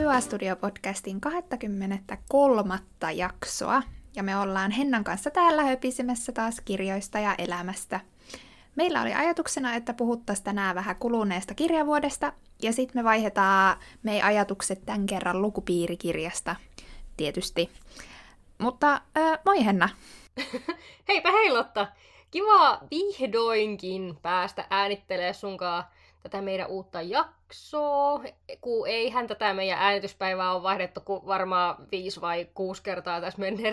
Kiva Studio-podcastin 23. jaksoa, ja me ollaan Hennan kanssa täällä höpisemässä taas kirjoista ja elämästä. Meillä oli ajatuksena, että puhuttaisiin tänään vähän kuluneesta kirjavuodesta, ja sitten me vaihdetaan meidän ajatukset tämän kerran lukupiirikirjasta, tietysti. Mutta moi Henna! Heipä hei Lotta! Kiva vihdoinkin päästä äänittelemään sunkaan tätä meidän uutta jaksoa, kun eihän tätä meidän äänityspäivää ole vaihdettu kuin varmaan 5 vai 6 kertaa tässä menneen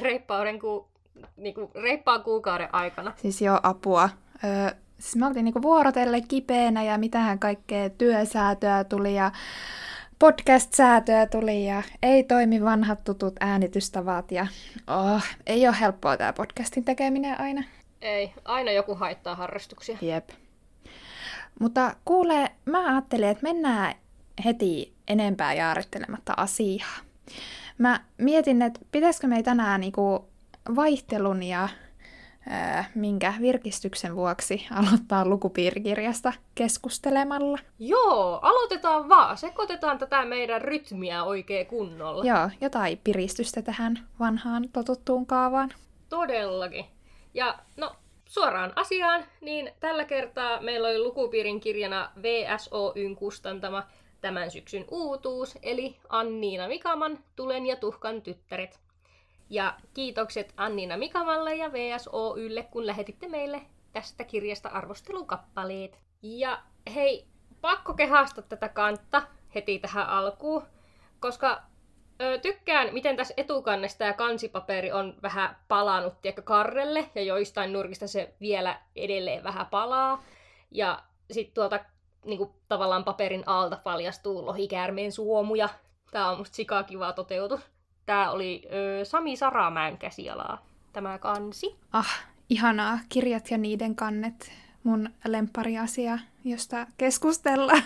reippaan kuukauden aikana. Siis joo, apua. Siis me oltiin vuorotelle kipeänä ja mitähän kaikkea työsäätöä tuli ja podcast-säätöä tuli ja ei toimi vanhat tutut äänitystavat ja ei ole helppoa tää podcastin tekeminen aina. Ei, aina joku haittaa harrastuksia. Jep. Mutta kuule, mä ajattelin, että mennään heti enempää jaarittelematta asiaa. Mä mietin, että pitäisikö me tänään vaihtelun ja minkä virkistyksen vuoksi aloittaa lukupiirikirjasta keskustelemalla. Joo, aloitetaan vaan. Sekoitetaan tätä meidän rytmiä oikein kunnolla. Joo, jotain piristystä tähän vanhaan totuttuun kaavaan. Todellakin. Ja no, suoraan asiaan, niin tällä kertaa meillä oli lukupiirin kirjana VSOY:n kustantama tämän syksyn uutuus, eli Anniina Mikaman Tulen ja tuhkan tyttäret. Ja kiitokset Anniina Mikamalle ja VSOYlle, kun lähetitte meille tästä kirjasta arvostelukappaleet. Ja hei, pakko kehasta tätä kantta heti tähän alkuun, koska tykkään, miten tässä etukannesta ja kansipaperi on vähän palannut karrelle, ja joistain nurkista se vielä edelleen vähän palaa. Ja sitten tuolta tavallaan paperin alta paljastuu lohikäärmeen suomuja. Tää on musta sikakivaa toteutus. Tää oli Sami Saramäen käsialaa, tämä kansi. Ihanaa. Kirjat ja niiden kannet. Mun lemppariasia, josta keskustellaan.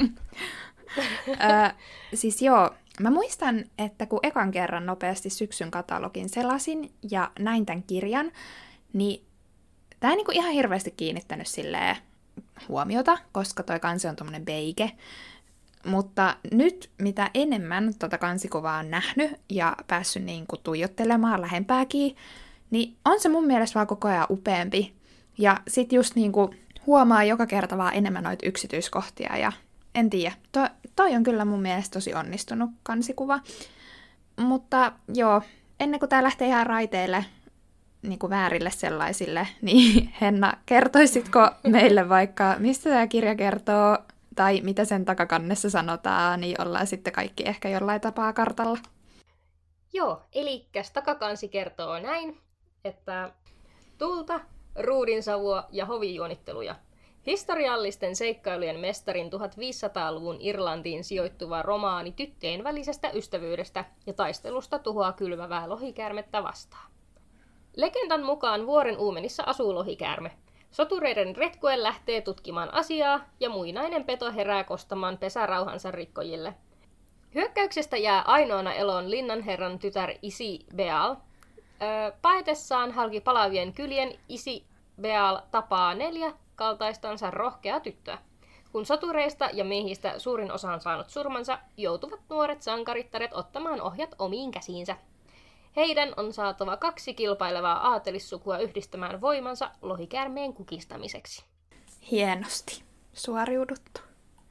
Siis joo, mä muistan, että kun ekan kerran nopeasti syksyn katalogin selasin ja näin tämän kirjan, niin tää ei ihan hirveästi kiinnittänyt silleen huomiota, koska toi kansi on tommonen beige. Mutta nyt, mitä enemmän tuota kansikuvaa on nähnyt ja päässyt tuijottelemaan lähempääkin, niin on se mun mielestä vaan koko ajan upeampi. Ja sit just huomaa joka kerta vaan enemmän noita yksityiskohtia ja en tiedä. Toi on kyllä mun mielestä tosi onnistunut kansikuva. Mutta joo, ennen kuin tää lähtee ihan raiteille väärille sellaisille, niin Henna, kertoisitko meille vaikka, mistä tämä kirja kertoo, tai mitä sen takakannessa sanotaan, niin ollaan sitten kaikki ehkä jollain tapaa kartalla. Joo, elikkäs takakansi kertoo näin, että tulta, ruudinsavua ja hovijuonitteluja. Historiallisten seikkailujen mestarin 1500-luvun Irlantiin sijoittuva romaani tyttöjen välisestä ystävyydestä ja taistelusta tuhoaa kylmävää lohikäärmettä vastaan. Legendan mukaan vuoren uumenissa asuu lohikäärme. Sotureiden retkue lähtee tutkimaan asiaa ja muinainen peto herää kostamaan pesärauhansa rikkojille. Hyökkäyksestä jää ainoana eloon linnanherran tytär Isi Beal. Paetessaan halki palavien kylien Isi Beal tapaa 4 kaltaistansa rohkeaa tyttöä. Kun sotureista ja miehistä suurin osa on saanut surmansa, joutuvat nuoret sankarittaret ottamaan ohjat omiin käsiinsä. Heidän on saatava 2 kilpailevaa aatelissukua yhdistämään voimansa lohikäärmeen kukistamiseksi. Hienosti suoriuduttu.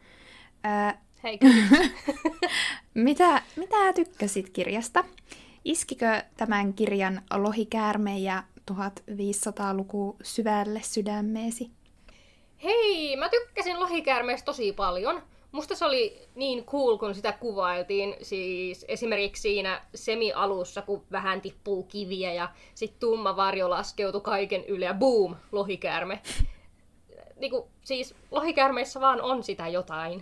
Hei, kyllä. Mitä tykkäsit kirjasta? Iskikö tämän kirjan lohikäärme ja 1500-luku syvälle sydämeesi? Hei, mä tykkäsin lohikäärmeestä tosi paljon. Musta se oli niin cool, kun sitä kuvailtiin. Siis esimerkiksi siinä semi-alussa, kun vähän tippuu kiviä ja sit tumma varjo laskeutui kaiken yli ja boom, lohikäärme. Siis lohikäärmeissä vaan on sitä jotain.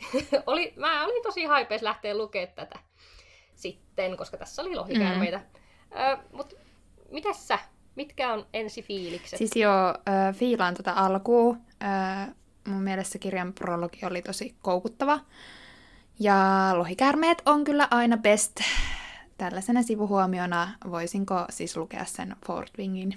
Mä olin tosi haipeis lähteä lukemaan tätä sitten, koska tässä oli lohikäärmeitä. Mut mitäs sä? Mitkä on ensifiilikset? Siis joo, fiilaan tätä alkuun. Mun mielestä kirjan prologi oli tosi koukuttava. Ja lohikäärmeet on kyllä aina best. Tällaisena sivuhuomiona voisinko siis lukea sen Fort Wingin?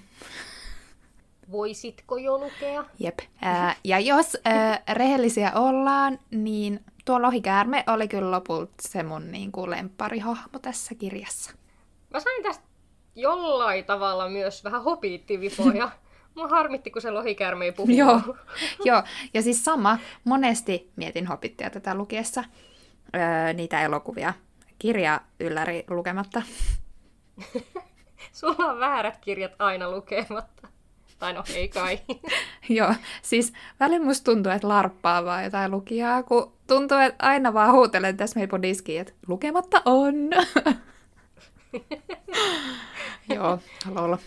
Voisitko jo lukea? Jep. Ja jos rehellisiä ollaan, niin tuo lohikäärme oli kyllä lopulta se mun niinku lempparihahmo tässä kirjassa. Mä sain tästä jollain tavalla myös vähän hobiittivipoja. Mua harmitti, kun se lohikäärme ei puhu. Joo, ja siis sama. Monesti mietin Hobbitia tätä lukiessa. Niitä elokuvia. Kirja ylläri lukematta. Sulla on väärät kirjat aina lukematta. Tai no, ei kai. Joo, siis välillä musta tuntuu, että larppaa vaan jotain lukijaa, kun tuntuu, että aina vaan huutelen tässä meidän podiskiin, että lukematta on. Joo, lol.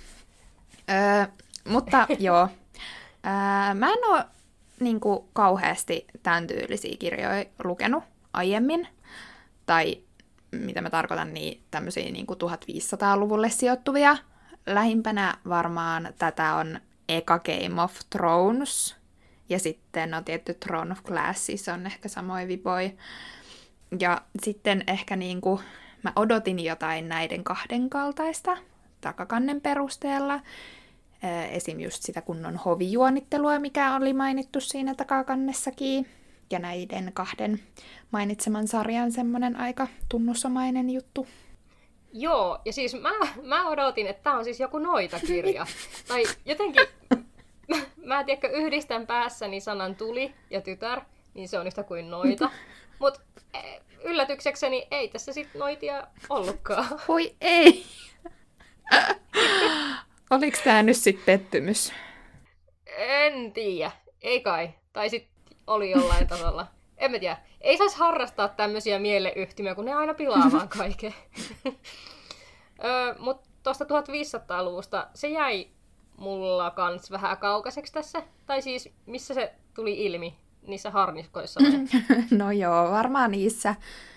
Mutta joo, mä en ole niinku kauheasti tämän tyylisiä kirjoja lukenut aiemmin. Tai mitä mä tarkoitan, niin tämmöisiä niinku 1500-luvulle sijoittuvia. Lähimpänä varmaan tätä on eka Game of Thrones. Ja sitten on tietty Throne of Glass, on ehkä samoin vipoi. Ja sitten ehkä niinku, mä odotin jotain näiden kahden kaltaista takakannen perusteella. Esim. Just sitä kunnon hovijuonittelua, mikä oli mainittu siinä takakannessakin. Ja näiden kahden mainitseman sarjan semmoinen aika tunnusomainen juttu. Joo, ja siis mä odotin, että tää on siis joku noitakirja. Tai jotenkin, mä tiedätkö, yhdistän päässäni sanan tuli ja tytär, niin se on yhtä kuin noita. Mut yllätyksekseni ei tässä sit noitia ollutkaan. Voi ei! Oliko tää nyt sit pettymys? En tiedä. Ei kai. Tai sit oli jollain tasolla. En mä tiedä. Ei saisi harrastaa tämmöisiä mieleyhtymiä, kun ne aina pilaa vaan kaiken. Mutta tuosta 1500-luvusta se jäi mulla kans vähän kaukaiseksi tässä. Tai siis, missä se tuli ilmi? Niissä harniskoissa vai? No joo, varmaan niissä.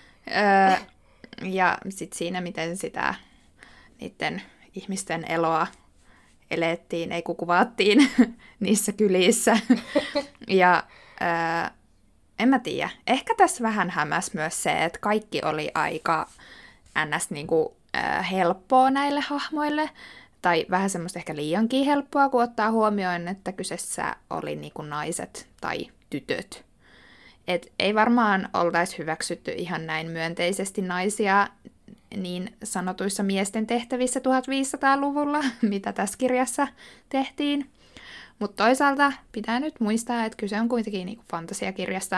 Ja sitten siinä, miten sitä niiden ihmisten eloa elettiin, ei kuvaattiin niissä kylissä. Ja en mä tiedä. Ehkä tässä vähän hämäs myös se, että kaikki oli aika ns. Niinku, helppoa näille hahmoille. Tai vähän semmoista ehkä liiankin helppoa, kun ottaa huomioon, että kyseessä oli niinku naiset tai tytöt. Et ei varmaan oltaisi hyväksytty ihan näin myönteisesti naisia niin sanotuissa miesten tehtävissä 1500-luvulla, mitä tässä kirjassa tehtiin. Mutta toisaalta pitää nyt muistaa, että kyse on kuitenkin niinku fantasiakirjasta.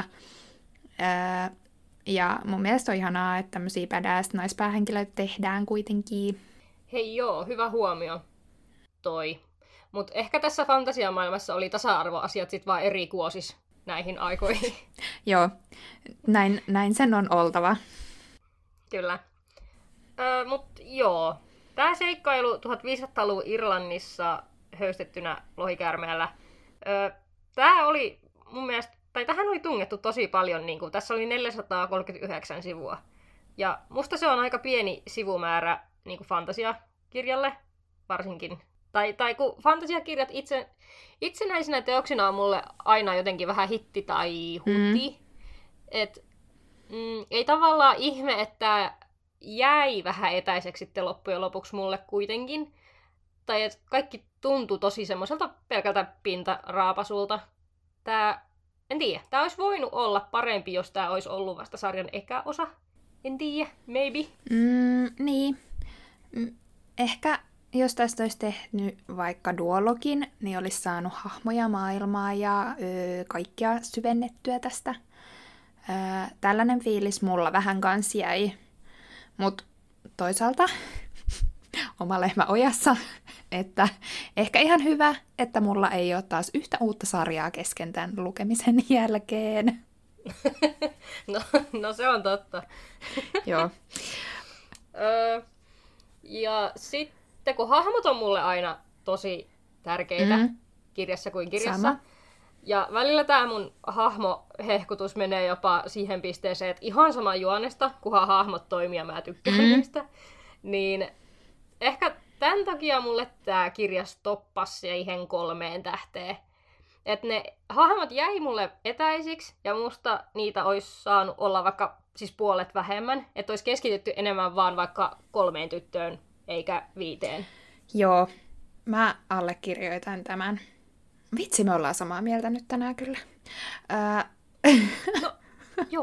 Ja mun mielestä on ihanaa, että tämmöisiä badass naispäähenkilöitä tehdään kuitenkin. Hei joo, hyvä huomio toi. Mutta ehkä tässä fantasiamaailmassa oli tasa-arvoasiat sit vaan eri kuosis näihin aikoihin. Joo, näin sen on oltava. Kyllä. Mutta joo, tämä seikkailu 1500-luvun Irlannissa höystettynä lohikäärmeellä, tämä oli mun mielestä, tai tähän oli tungettu tosi paljon, niin kuin, tässä oli 439 sivua. Ja musta se on aika pieni sivumäärä niin kuin fantasiakirjalle varsinkin. Tai kun fantasiakirjat itsenäisinä teoksina on mulle aina jotenkin vähän hitti tai huti. Ei tavallaan ihme, että jäi vähän etäiseksi sitten loppujen lopuksi mulle kuitenkin. Tai että kaikki tuntui tosi semmoiselta pelkältä pintaraapasulta. En tiedä, tämä olisi voinut olla parempi, jos tämä olisi ollut vasta sarjan eka osa. En tiedä, maybe. Niin. Ehkä jos tästä olisi tehnyt vaikka duologin, niin olisi saanut hahmoja, maailmaa ja kaikkia syvennettyä tästä. Tällainen fiilis mulla vähän kans jäi. Mutta toisaalta oma lehmä ojassa, että ehkä ihan hyvä, että mulla ei ole taas yhtä uutta sarjaa kesken tämän lukemisen jälkeen. No se on totta. Joo. Ja sitten kun hahmot on mulle aina tosi tärkeitä kirjassa kuin kirjassa. Sama. Ja välillä tämä mun hahmohehkutus menee jopa siihen pisteeseen, että ihan sama juonesta, kunhan hahmot toimii ja mä tykkään niistä. Niin ehkä tämän takia mulle tämä kirja stoppasi siihen 3 tähteen. Että ne hahmot jäi mulle etäisiksi ja musta niitä olisi saanut olla vaikka siis puolet vähemmän. Että olisi keskitytty enemmän vaan vaikka 3 tyttöön eikä 5. Joo, mä allekirjoitan tämän. Vitsi, me ollaan samaa mieltä nyt tänään kyllä. No, joo.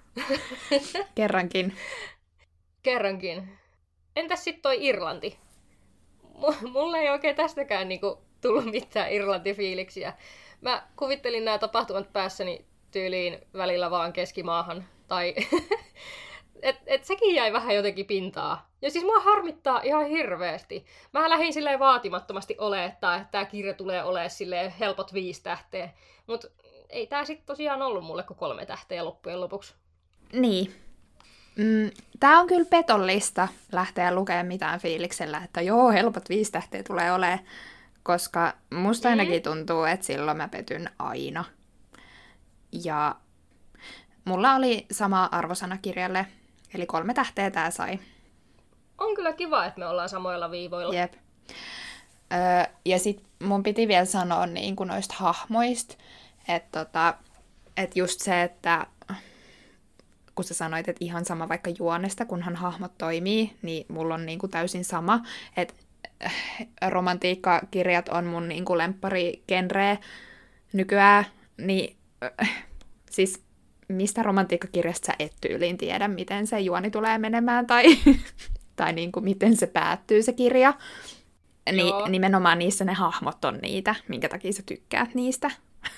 Kerrankin. Kerrankin. Entäs sitten toi Irlanti? Mulle ei oikein tästäkään niinku tullut mitään Irlanti-fiiliksiä. Mä kuvittelin nämä tapahtumat päässäni tyyliin välillä vaan keskimaahan. Tai et sekin jäi vähän jotenkin pintaa. Ja siis mua harmittaa ihan hirveästi. Mä lähdin silleen vaatimattomasti olettaa, että tää kirja tulee olemaan silleen helpot 5 tähteä. Mut ei tää sit tosiaan ollut mulle kuin 3 tähteä loppujen lopuksi. Niin. Tää on kyllä petollista lähteä lukemaan mitään fiiliksellä, että joo, helpot 5 tähteä tulee olemaan, koska musta ainakin tuntuu, että silloin mä petyn aina. Ja mulla oli sama arvosana kirjalle, eli 3 tähteä tää sai. On kyllä kiva, että me ollaan samoilla viivoilla. Jep. Ja sit mun piti vielä sanoa niin kuin noista hahmoista, että et just se, että kun sä sanoit, että ihan sama vaikka juonesta, kunhan hahmot toimii, niin mulla on niin kuin täysin sama, että romantiikkakirjat on mun niin kuin lempparigenreä nykyään, niin siis mistä romantiikkakirjasta sä et tyyliin tiedä, miten se juoni tulee menemään tai niin kuin miten se päättyy se kirja. Niin nimenomaan niissä ne hahmot on niitä, minkä takia sä tykkäät niistä.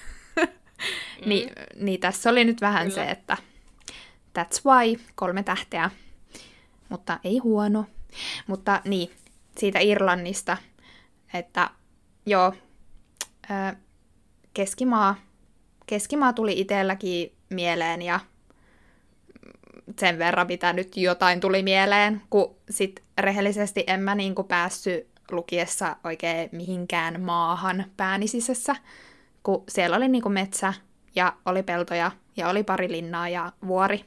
Niin tässä oli nyt vähän kyllä se, että that's why 3 tähteä, mutta ei huono. Mutta niin, siitä Irlannista, että joo, Keskimaa tuli itselläkin mieleen ja sen verran, mitä nyt jotain tuli mieleen, kun sit rehellisesti en mä niinku päässyt lukiessa oikein mihinkään maahan pääni sisässä, kun siellä oli niinku metsä ja oli peltoja ja oli pari linnaa ja vuori.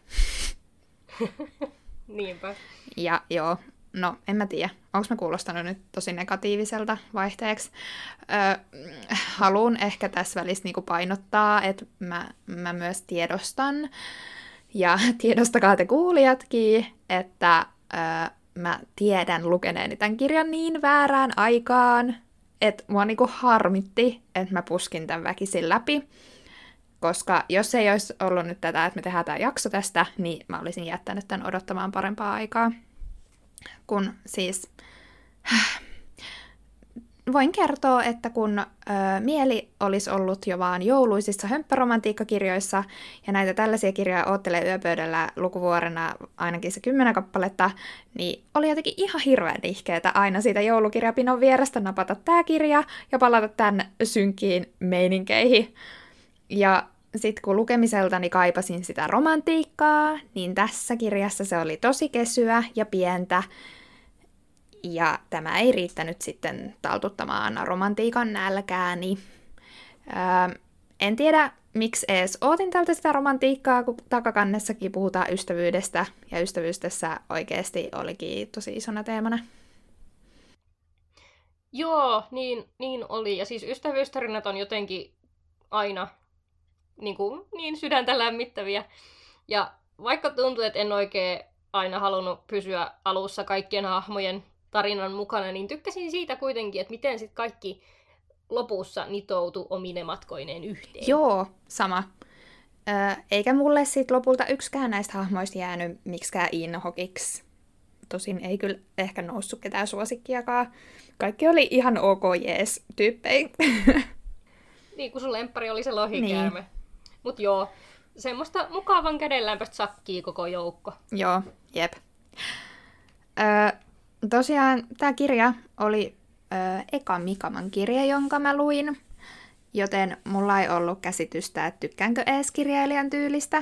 Niinpä. Ja joo, no en mä tiedä, onko mä kuulostanut nyt tosi negatiiviselta vaihteeksi. Haluan ehkä tässä välissä niinku painottaa, että mä myös tiedostan, ja tiedostakaa te kuulijatkin, että mä tiedän lukeneeni tämän kirjan niin väärään aikaan, että mua niinku harmitti, että mä puskin tämän väkisin läpi. Koska jos ei olisi ollut nyt tätä, että me tehdään tämä jakso tästä, niin mä olisin jättänyt tämän odottamaan parempaa aikaa. Kun siis voin kertoa, että kun mieli olisi ollut jo vaan jouluisissa hömppäromantiikkakirjoissa, ja näitä tällaisia kirjoja oottelee yöpöydällä lukuvuorena ainakin se 10 kappaletta, niin oli jotenkin ihan hirveän nihkeetä aina siitä joulukirjapinon vierestä napata tää kirja ja palata tämän synkkiin meininkeihin. Ja sitten kun lukemiseltani kaipasin sitä romantiikkaa, niin tässä kirjassa se oli tosi kesyä ja pientä. Ja tämä ei riittänyt sitten taltuttamaan romantiikan nälkääni. En tiedä, miksi edes ootin tältä sitä romantiikkaa, kun takakannessakin puhutaan ystävyydestä. Ja ystävyys tässä oikeasti olikin tosi isona teemana. Joo, niin oli. Ja siis ystävyystarinat on jotenkin aina niin sydäntä lämmittäviä. Ja vaikka tuntuu, että en oikein aina halunnut pysyä alussa kaikkien hahmojen tarinan mukana, niin tykkäsin siitä kuitenkin, että miten sitten kaikki lopussa nitoutui omine matkoineen yhteen. Joo, sama. Eikä mulle sitten lopulta yksikään näistä hahmoista jäänyt miksikään inhokiksi. Tosin ei kyllä ehkä noussut ketään suosikkiakaan. Kaikki oli ihan ok jees tyyppejä. Niin, kun sun lemppari oli se lohikäärme. Niin. Mut joo, semmoista mukavan kädenlämpöistä sakkii koko joukko. Joo, jep. Tosiaan tämä kirja oli eka Mikaman kirja, jonka mä luin, joten mulla ei ollut käsitystä, että tykkäänkö ees kirjailijan tyylistä.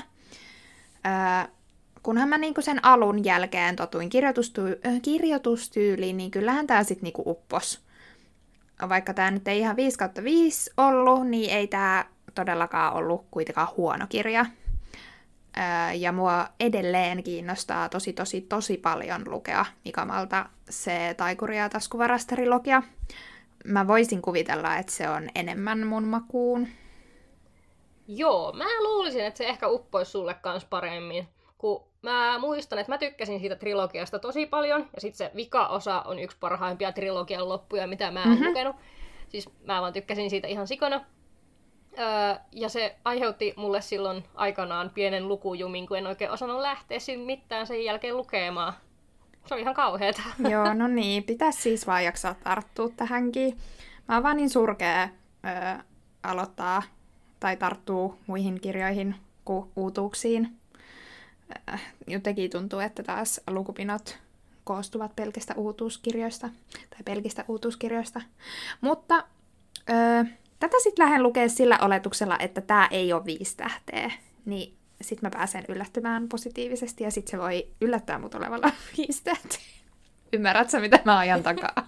Kunhan mä niinku sen alun jälkeen totuin kirjoitustyyliin, niin kyllähän tää sit niinku uppos. Vaikka tää nyt ei ihan 5/5 ollut, niin ei tää todellakaan ollut kuitenkaan huono kirja. Ja mua edelleen kiinnostaa tosi paljon lukea Mikamalta se Taikuri ja taskuvarasterilogia. Mä voisin kuvitella, että se on enemmän mun makuun. Joo, mä luulisin, että se ehkä uppoisi sulle kans paremmin. Kun mä muistan, että mä tykkäsin siitä trilogiasta tosi paljon, ja sit se vika-osa on yksi parhaimpia trilogian loppuja, mitä mä oon lukenut. Siis mä vaan tykkäsin siitä ihan sikona. Ja se aiheutti mulle silloin aikanaan pienen lukujumin, kun en oikein osannut lähteä siinä mitään sen jälkeen lukemaan. Se oli ihan kauheeta. Joo, no niin, pitäisi siis vaan jaksaa tarttua tähänkin. Mä oon vaan niin surkea aloittaa tai tarttuu muihin kirjoihin kuin uutuuksiin. Jotenkin tuntuu, että taas lukupinot koostuvat pelkistä uutuuskirjoista. Tai pelkistä uutuuskirjoista. Mutta tätä sitten lähden lukea sillä oletuksella, että tämä ei ole 5 tähteä. Niin sitten mä pääsen yllättymään positiivisesti ja sitten se voi yllättää mut olevalla 5 tähteä. Ymmärrätkö, mitä mä ajan takaa?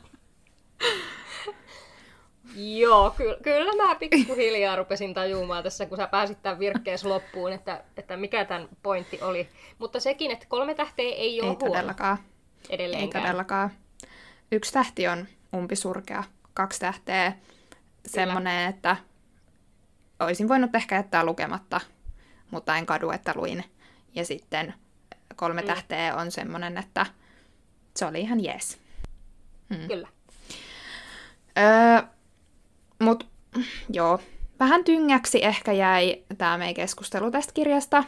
Joo, kyllä mä pikkuhiljaa rupesin tajumaan tässä, kun sä pääsit tämän virkkeessä loppuun, että mikä tämän pointti oli. Mutta sekin, että 3 tähteä ei ole huono. Todellakaan. Edelleenkään. Ei todellakaan. 1 tähti on umpisurkea, 2 tähteä semmoinen, että olisin voinut ehkä jättää lukematta, mutta en kadu, että luin. Ja sitten 3 tähteä on semmoinen, että se oli ihan jees. Kyllä. Mut joo, vähän tyngäksi ehkä jäi tämä meidän keskustelu tästä kirjasta.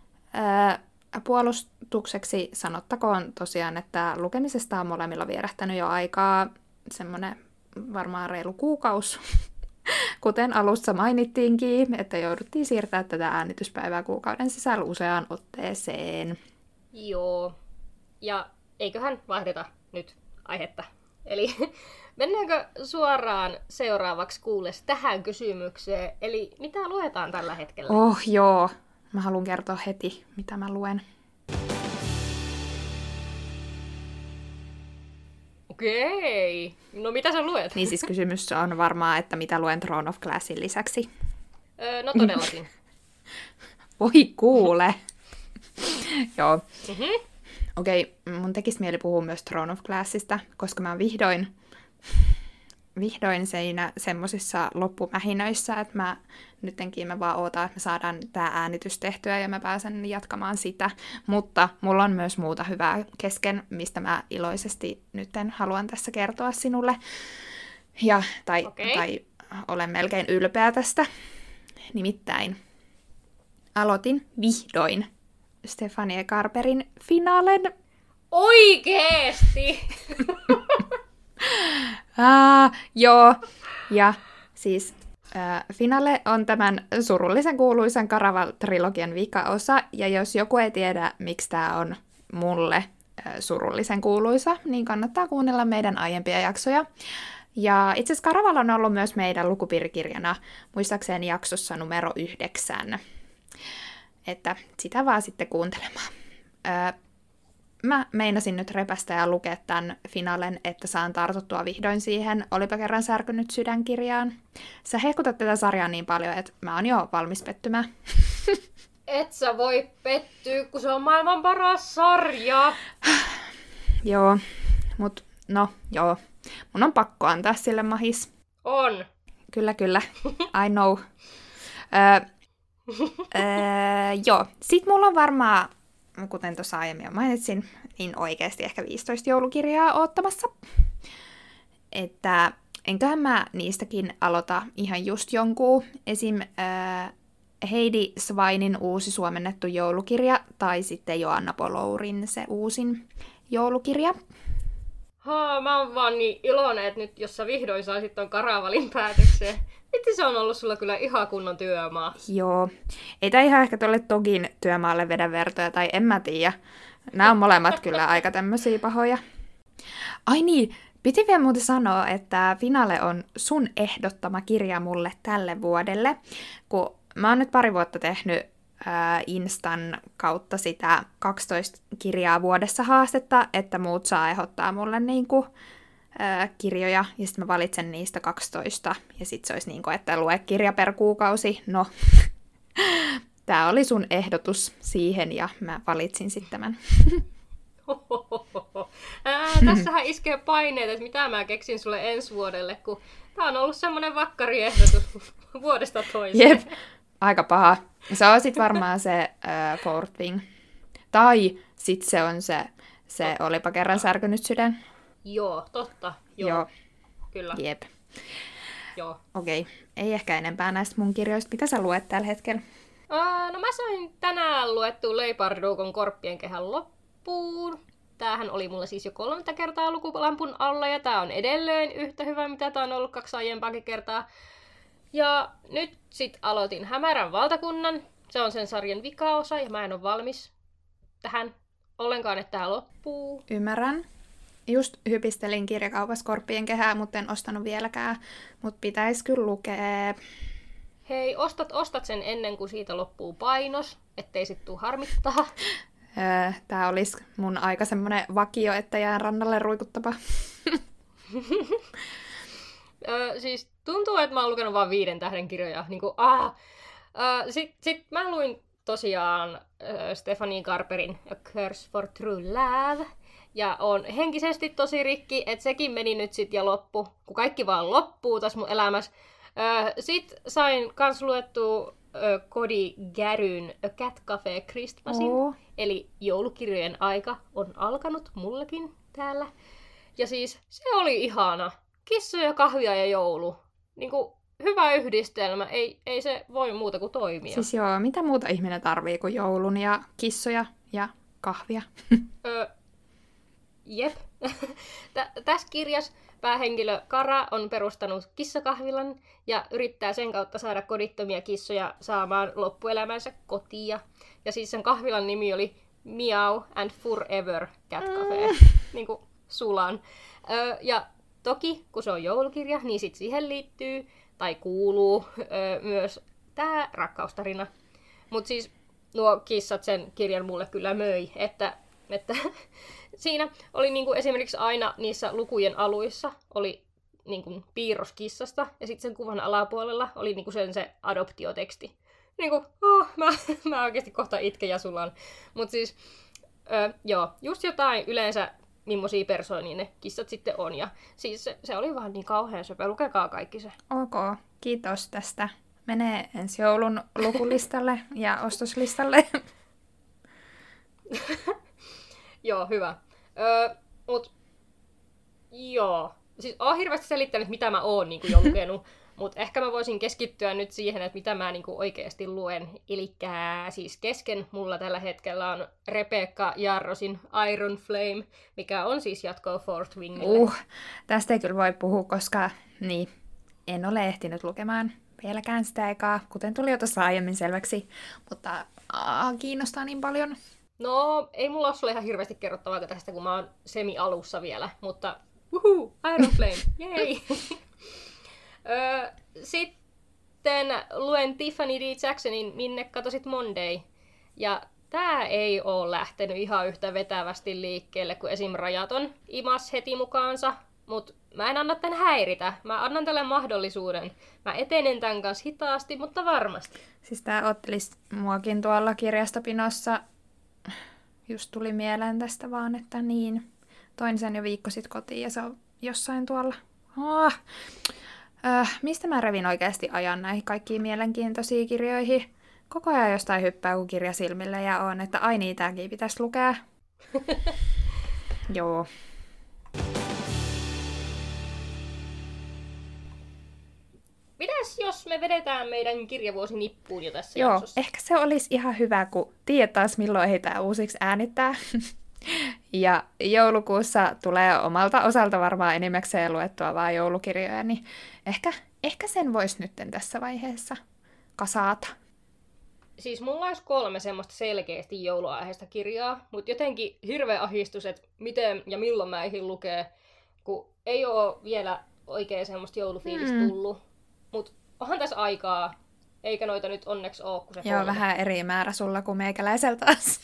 Puolustukseksi sanottakoon tosiaan, että lukemisesta on molemmilla vierähtänyt jo aikaa semmoinen varmaan reilu kuukausi. Kuten alussa mainittiinkin, että jouduttiin siirtää tätä äänityspäivää kuukauden sisällä useaan otteeseen. Joo, ja eiköhän vaihdeta nyt aihetta. Eli mennäänkö suoraan seuraavaksi kuules tähän kysymykseen? Eli mitä luetaan tällä hetkellä? Joo. Mä haluan kertoa heti, mitä mä luen. Okei. No mitä sä luet? Niin siis kysymys on varmaan, että mitä luen Throne of Glassin lisäksi. No todellakin. Voi kuule. Joo. Okei, mun tekisi mieli puhua myös Throne of Glassista, koska mä oon vihdoin siinä semmosissa loppumähinöissä, että mä vaan ootan, että me saadaan tää äänitys tehtyä ja mä pääsen jatkamaan sitä. Mutta mulla on myös muuta hyvää kesken, mistä mä iloisesti nytten haluan tässä kertoa sinulle. Tai olen melkein ylpeä tästä. Nimittäin aloitin vihdoin Stefanie Garberin finalen. Oikeesti! Joo, ja siis finale on tämän surullisen kuuluisan Caraval-trilogian vikaosa, ja jos joku ei tiedä, miksi tämä on mulle surullisen kuuluisa, niin kannattaa kuunnella meidän aiempia jaksoja. Ja itse asiassa Caraval on ollut myös meidän lukupiirikirjana, muistaakseni jaksossa numero 9. Että sitä vaan sitten kuuntelemaan. Mä meinasin nyt repästä ja lukea tämän finalen, että saan tartuttua vihdoin siihen Olipa kerran särkynyt sydänkirjaan. Sä hehkutat tätä sarjaa niin paljon, että mä oon jo valmis pettymään. Et sä voi pettyä, kun se on maailman paras sarja. Joo, mut joo. Mun on pakko antaa sille mahis. On. Kyllä. I know. Joo, sit mulla on varmaan, kuten tuossa aiemmin jo mainitsin, niin oikeasti ehkä 15 joulukirjaa oottamassa. Että enköhän mä niistäkin aloita ihan just jonkun. Esim. Heidi Swainin uusi suomennettu joulukirja, tai sitten Joanna Polourin se uusin joulukirja. Mä oon vaan niin iloinen, että nyt jos sä vihdoin saisit ton Caravalin päätökseen. Vitsi, se on ollut sulla kyllä ihan kunnon työmaa. Joo. Ei tää ihan ehkä tuolle Togin työmaalle vedä vertoja, tai en mä tiedä. Nämä on molemmat kyllä aika tämmöisiä pahoja. Ai niin, piti vielä muuten sanoa, että finale on sun ehdottama kirja mulle tälle vuodelle, kun mä oon nyt pari vuotta tehnyt Instan kautta sitä 12 kirjaa vuodessa haastetta, että muut saa ehdottaa mulle niinku kirjoja, ja sitten mä valitsen niistä 12, ja sitten se olisi niinku, että lue kirja per kuukausi. No, tää oli sun ehdotus siihen, ja mä valitsin sitten tämän. Tässähän iskee paineet, että mitä mä keksin sulle ensi vuodelle, kun tää on ollut semmonen vakkariehdotus vuodesta toiseen. Jep, aika paha. Se on sit varmaan se Fourth Wing. Tai sit se on se Olipa kerran särkynyt sydän. Joo, totta. Joo. Kyllä. Jep. Joo. Okei, ei ehkä enempää näistä mun kirjoista. Mitä sä luet tällä hetkellä? No mä sain tänään luettua Leipardukon Korppien kehän loppuun. Tämähän oli mulla siis jo 3 kertaa lukulampun alla, ja tää on edelleen yhtä hyvä, mitä tää on ollut 2 aiempaakin kertaa. Ja nyt sit aloitin Hämärän valtakunnan. Se on sen sarjan vikaosa, ja mä en ole valmis tähän ollenkaan, että tää loppuu. Ymmärrän. Just hypistelin kirjakaupassa Korppien kehää, mutta en ostanut vieläkään. Mutta pitäis kyllä lukea. Hei, ostat sen ennen kuin siitä loppuu painos, ettei sit tuu harmittaa. Tää olisi mun aika semmonen vakio, että jään rannalle ruikuttava. Siis tuntuu, että mä oon lukenut vaan 5 tähden kirjoja. Sit mä luin tosiaan Stephanie Garberin A Curse for True Love. Ja on henkisesti tosi rikki, että sekin meni nyt sit ja loppu, kun kaikki vaan loppuu tässä mun elämässä. Sit sain kans luettua Cody Garyn A Cat Cafe Christmasin, eli joulukirjojen aika on alkanut mullakin täällä. Ja siis se oli ihana. Kissoja, kahvia ja joulu. Niinku hyvä yhdistelmä, ei se voi muuta kuin toimia. Siis joo, mitä muuta ihminen tarvii kuin joulun ja kissoja ja kahvia? Jep. Tässä kirjassa päähenkilö Kara on perustanut kissakahvilan ja yrittää sen kautta saada kodittomia kissoja saamaan loppuelämänsä kotia. Ja siis sen kahvilan nimi oli Meow and Forever Cat Cafe, niin kuin sulan. Ja toki, kun se on joulukirja, niin sit siihen liittyy tai kuuluu myös tää rakkaustarina. Mut siis nuo kissat sen kirjan mulle kyllä möi, että siinä oli niinku esimerkiksi aina niissä lukujen aluissa oli niinku piirros kissasta, ja sitten sen kuvan alapuolella oli niinku se adoptioteksti. Niinku, mä oikeasti kohta itken ja sulan. Mut siis, joo, just jotain yleensä, millaisia persoonia ne kissat sitten on. Ja siis se oli vaan niin kauhean söpö. Lukekaa kaikki se. Ok, kiitos tästä. Menee ensi joulun lukulistalle ja ostoslistalle. Joo, hyvä. Mut joo. Siis oon hirveästi selittänyt, mitä mä oon niinku jo lukenut. Mut ehkä mä voisin keskittyä nyt siihen, että mitä mä niinku oikeasti luen. Elikkä siis kesken mulla tällä hetkellä on Rebecca Yarrosin Iron Flame, mikä on siis jatkoa Fourth Wingille. Tästä ei kyllä voi puhua, koska niin, en ole ehtinyt lukemaan vieläkään sitä ekaa, kuten tuli jo tuossa aiemmin selväksi. Mutta kiinnostaa niin paljon. No, ei mulla ole sulle ihan hirveästi kerrottavaa tästä, kun mä oon semi-alussa vielä, mutta Iron Flame, jei! Sitten luen Tiffany D. Jacksonin Minne katosit Monday. Ja tää ei oo lähtenyt ihan yhtä vetävästi liikkeelle kuin esim. Rajaton imas heti mukaansa. Mut mä en anna tän häiritä. Mä annan tälle mahdollisuuden. Mä etenen tän kanssa hitaasti, mutta varmasti. Siis tää ottelis muakin tuolla kirjastopinossa. Just tuli mieleen tästä vaan, että niin. Toin sen jo viikko sit kotiin ja se on jossain tuolla. Mistä mä revin oikeasti ajan näihin kaikkiin mielenkiintoisiin kirjoihin? Koko ajan jostain hyppää kun kirja silmille ja on, että ai niin, tääkin pitäisi lukea. Joo. Mitäs jos me vedetään meidän kirjavuosi nippuun jo tässä Joo, jaksossa? ehkä se olisi ihan hyvä, kun tiedät taas milloin heitä uusiksi äänittää. Ja joulukuussa tulee omalta osalta varmaan enimmäkseen luettua vaan joulukirjoja, niin ehkä sen voisi nyt tässä vaiheessa kasata. Siis mulla olisi 3 semmoista selkeästi jouluaiheista kirjaa, mutta jotenkin hirveä ahdistus, että miten ja milloin mä eihin lukee, kun ei oo vielä oikein semmoista joulufiilistä tullut. Mutta onhan tässä aikaa, eikä noita nyt onneksi oo, kun se 3. Joo, vähän eri määrä sulla kuin meikäläisellä taas.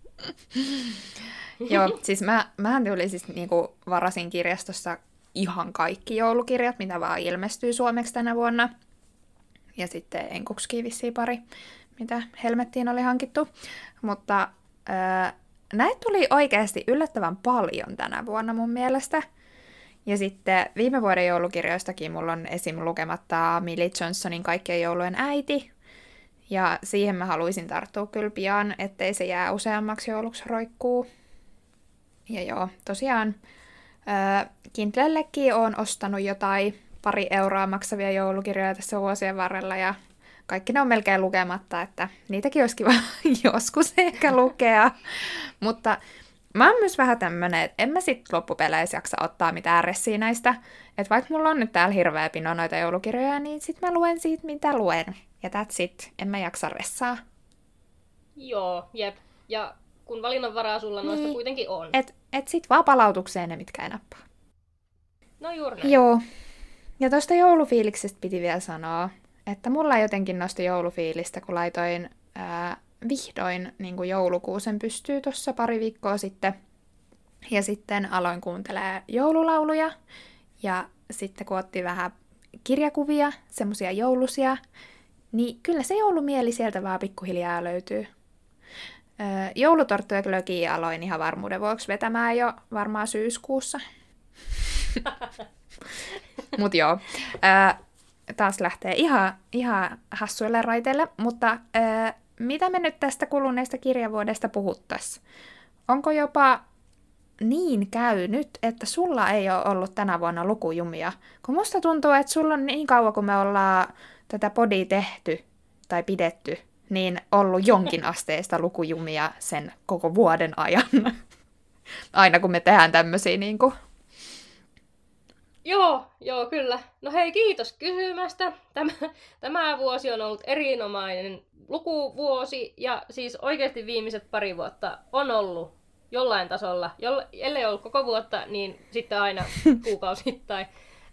Joo, siis mähän tuli siis niinku varasin kirjastossa ihan kaikki joulukirjat, mitä vaan ilmestyy suomeksi tänä vuonna. Ja sitten enkuksikin vissiin pari, mitä helmettiin oli hankittu. Mutta näitä tuli oikeasti yllättävän paljon tänä vuonna mun mielestä. Ja sitten viime vuoden joulukirjoistakin mulla on esim. Lukematta Millie Johnsonin Kaikkien joulujen äiti. Ja siihen mä haluaisin tarttua kyllä pian, ettei se jää useammaksi jouluksi roikkuu. Ja joo, tosiaan Kindlellekin oon ostanut jotain pari euroa maksavia joulukirjoja tässä vuosien varrella, ja kaikki ne on melkein lukematta, että niitäkin olisi kiva joskus ehkä lukea. Mutta mä oon myös vähän tämmönen, että en mä sit loppupeleissä jaksa ottaa mitään ressiä näistä. Että vaikka mulla on nyt täällä hirveä pino noita joulukirjoja, niin sit mä luen siitä, mitä luen. Ja that's it. En mä jaksa ressaa. Joo, jep. Ja kun valinnanvaraa sulla noista kuitenkin on. Et sit vaan palautukseen ne, mitkä ei nappaa. No juuri näin. Joo. Ja tosta joulufiiliksestä piti vielä sanoa, että mulla jotenkin nosti joulufiilistä, kun laitoin vihdoin niin kuin joulukuusen pystyy tuossa pari viikkoa sitten. Ja sitten aloin kuuntelemaan joululauluja. Ja sitten kun otti vähän kirjakuvia, semmosia joulusia, niin kyllä se joulumieli sieltä vaan pikkuhiljaa löytyy. Joulutorttuja glögiä aloin ihan varmuuden vuoksi vetämään jo varmaan syyskuussa. Mut joo, taas lähtee ihan hassuille raiteille, mutta mitä me nyt tästä kuluneesta kirjavuodesta puhuttais? Onko jopa niin käynyt, että sulla ei ole ollut tänä vuonna lukujumia? Kun musta tuntuu, että sulla on niin kauan, kun me ollaan tätä podia tehty tai pidetty, niin ollut jonkin asteista lukujumia sen koko vuoden ajan. Aina kun me tehdään tämmösiä niinku. Joo, kyllä. No hei, kiitos kysymästä. Tämä vuosi on ollut erinomainen lukuvuosi, ja siis oikeasti viimeiset pari vuotta on ollut jollain tasolla. Ellei ollut koko vuotta, niin sitten aina kuukausittain.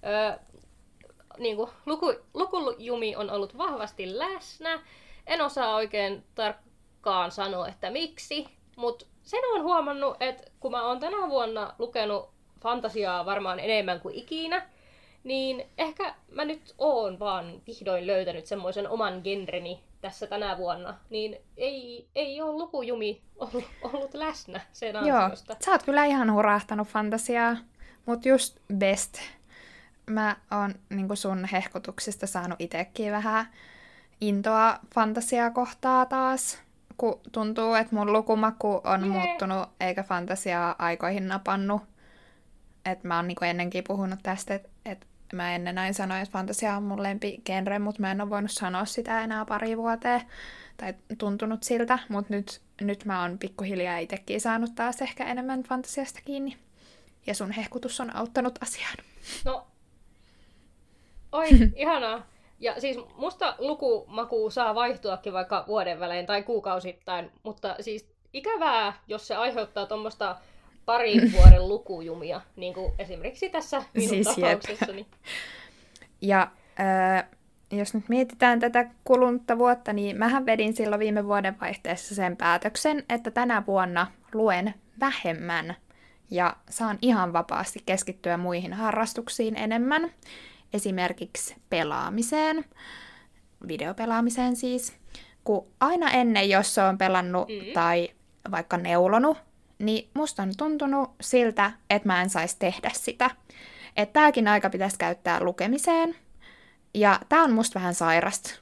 Lukujumi on ollut vahvasti läsnä. En osaa oikein tarkkaan sanoa, että miksi, mutta sen olen huomannut, että kun mä oon tänä vuonna lukenut fantasiaa varmaan enemmän kuin ikinä, niin ehkä mä nyt oon vaan vihdoin löytänyt semmoisen oman genreni tässä tänä vuonna, niin ei ole lukujumi ollut läsnä sen ansiosta. Joo, sä oot kyllä ihan hurahtanut fantasiaa, mut just best. Mä oon niin sun hehkutuksista saanut itekin vähän intoa fantasiaa kohtaa taas, kun tuntuu, että mun lukumaku on muuttunut eikä fantasiaa aikoihin napannut. Et mä oon niinku ennenkin puhunut tästä, että mä ennen näin sanoin, että fantasia on mun lempigenre, mutta mä en ole voinut sanoa sitä enää pari vuoteen, tai tuntunut siltä, mutta nyt mä oon pikkuhiljaa itsekin saanut taas ehkä enemmän fantasiasta kiinni. Ja sun hehkutus on auttanut asiaan. No, oi, ihanaa. Ja siis musta lukumaku saa vaihtuakin vaikka vuoden välein tai kuukausittain, mutta siis ikävää, jos se aiheuttaa tuommoista parin vuoden lukujumia, niin kuin esimerkiksi tässä minun siis tapauksessani. Ja jos nyt mietitään tätä kulunutta vuotta, niin mähän vedin silloin viime vuoden vaihteessa sen päätöksen, että tänä vuonna luen vähemmän ja saan ihan vapaasti keskittyä muihin harrastuksiin enemmän. Esimerkiksi pelaamiseen, videopelaamiseen siis. Kun aina ennen, jos se on pelannut tai vaikka neulonut, niin musta on tuntunut siltä, että mä en saisi tehdä sitä. Että tääkin aika pitäisi käyttää lukemiseen. Ja tää on musta vähän sairasta.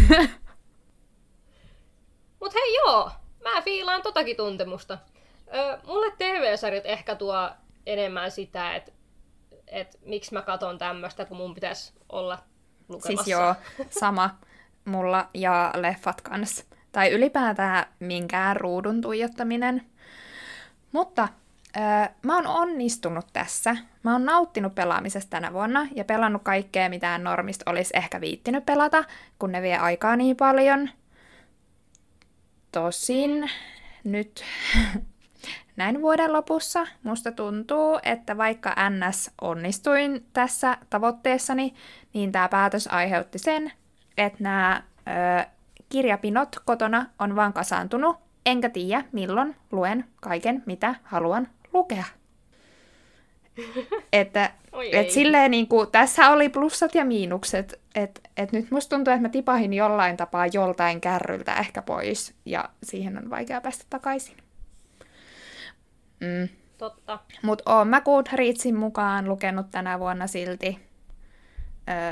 Mut hei joo, mä fiilaan totakin tuntemusta. Mulle TV-sarjat ehkä tuo enemmän sitä, että miksi mä katon tämmöstä, kun mun pitäisi olla lukemassa. Siis joo, sama mulla ja leffat kanssa. Tai ylipäätään minkään ruudun tuijottaminen. Mutta mä oon onnistunut tässä. Mä oon nauttinut pelaamisesta tänä vuonna ja pelannut kaikkea, mitä normista olisi ehkä viittinyt pelata, kun ne vie aikaa niin paljon. Tosin nyt näin vuoden lopussa musta tuntuu, että vaikka NS onnistuin tässä tavoitteessani, niin tämä päätös aiheutti sen, että nämä kirjapinot kotona on vaan kasaantunut, enkä tiedä milloin luen kaiken, mitä haluan lukea. Että silleen niinku, tässä oli plussat ja miinukset, että nyt musta tuntuu, että mä tipahin jollain tapaa joltain kärryltä ehkä pois, ja siihen on vaikea päästä takaisin. Totta. Mut oon mä Goodreadsin mukaan lukenut tänä vuonna silti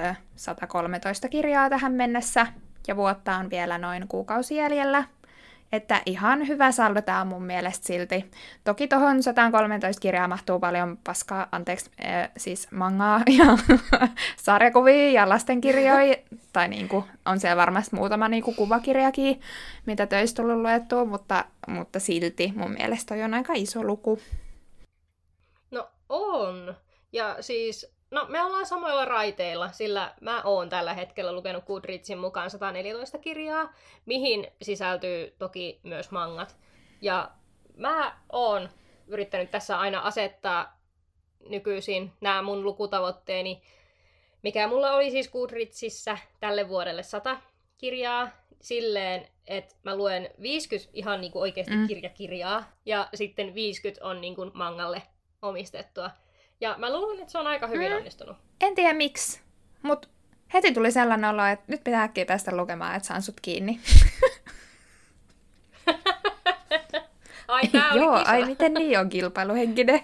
113 kirjaa tähän mennessä, ja vuotta on vielä noin kuukausi jäljellä. Että ihan hyvä saldo tää on mun mielestä silti. Toki tohon 113 kirjaa mahtuu paljon paskaa, siis mangaa ja sarjakuvia ja lastenkirjoja. Tai niinku, on siellä varmasti muutama niinku kuvakirjakin, mitä töistä tullut luettua, mutta silti mun mielestä toi on aika iso luku. No on. Ja siis, no me ollaan samoilla raiteilla, sillä mä oon tällä hetkellä lukenut Goodreadsin mukaan 114 kirjaa, mihin sisältyy toki myös mangat. Ja mä oon yrittänyt tässä aina asettaa nykyisin nämä mun lukutavoitteeni, mikä mulla oli siis Goodreadsissa tälle vuodelle 100 kirjaa, silleen, että mä luen 50 ihan niinku oikeasti kirjakirjaa, ja sitten 50 on niinku mangalle omistettua. Ja mä luulen, että se on aika hyvin onnistunut. En tiedä miksi, mutta heti tuli sellainen olo, että nyt pitää äkkiä päästä lukemaan, että saan sut kiinni. Ai, tää oli Joo, kisa. ai miten niin on kilpailuhenkinen.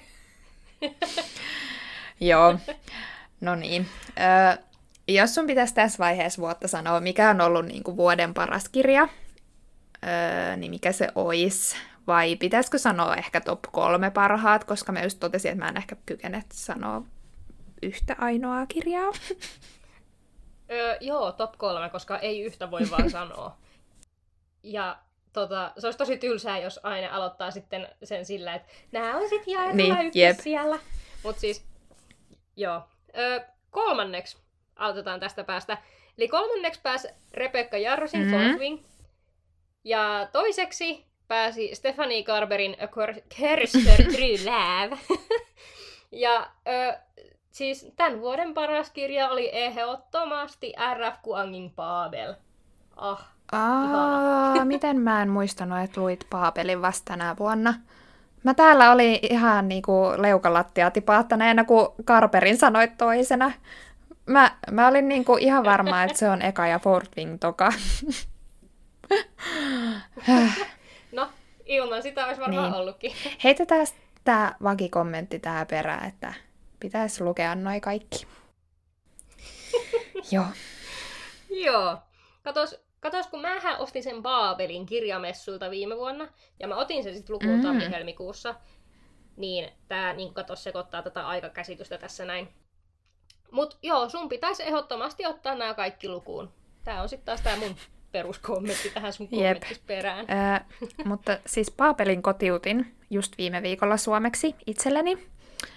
Joo, no niin. Jos sun pitäisi tässä vaiheessa vuotta sanoa, mikä on ollut niinku vuoden paras kirja, niin mikä se olisi? Vai pitäisikö sanoa ehkä top 3 parhaat, koska mä just totesin, että mä en ehkä kykene sanoa yhtä ainoaa kirjaa. Joo, top 3, koska ei yhtä voi vaan sanoa. Ja se olisi tosi tylsää, jos aina aloittaa sitten sen sillä, että nää on sit jaettuna ykkös siellä. Mut siis, joo. Kolmanneksi aloitetaan tästä päästä. Eli kolmanneksi pääsi Rebecca Yarrosin Fourth Wing. Ja toiseksi pääsi Stephanie Garberin A Cursed True Love. Ja siis tämän vuoden paras kirja oli ehdottomasti R.F. Kuangin Babel. Miten mä en muistanut, että luit Babelin vasta tänä vuonna? Mä täällä olin ihan niinku leukalattia tipahtaneena, kun Garberin sanoit toisena. Mä olin niinku ihan varma, että se on eka ja Fourth Wing toka. No, ilman sitä olisi varmaan ollutkin. Heitetään tää vakikommentti tähän perään, että pitäisi lukea noi kaikki. Joo. Joo. Katos, kun mähän ostin sen Babelin kirjamessulta viime vuonna, ja mä otin sen sitten lukuun tammi-helmikuussa, niin tää niin katos sekoittaa tätä aikakäsitystä tässä näin. Mut joo, sun pitäisi ehdottomasti ottaa nämä kaikki lukuun. Tää on sitten taas tää mun peruskommentti tähän sun kommenttis perään. Mutta siis Babelin kotiutin just viime viikolla suomeksi itselleni.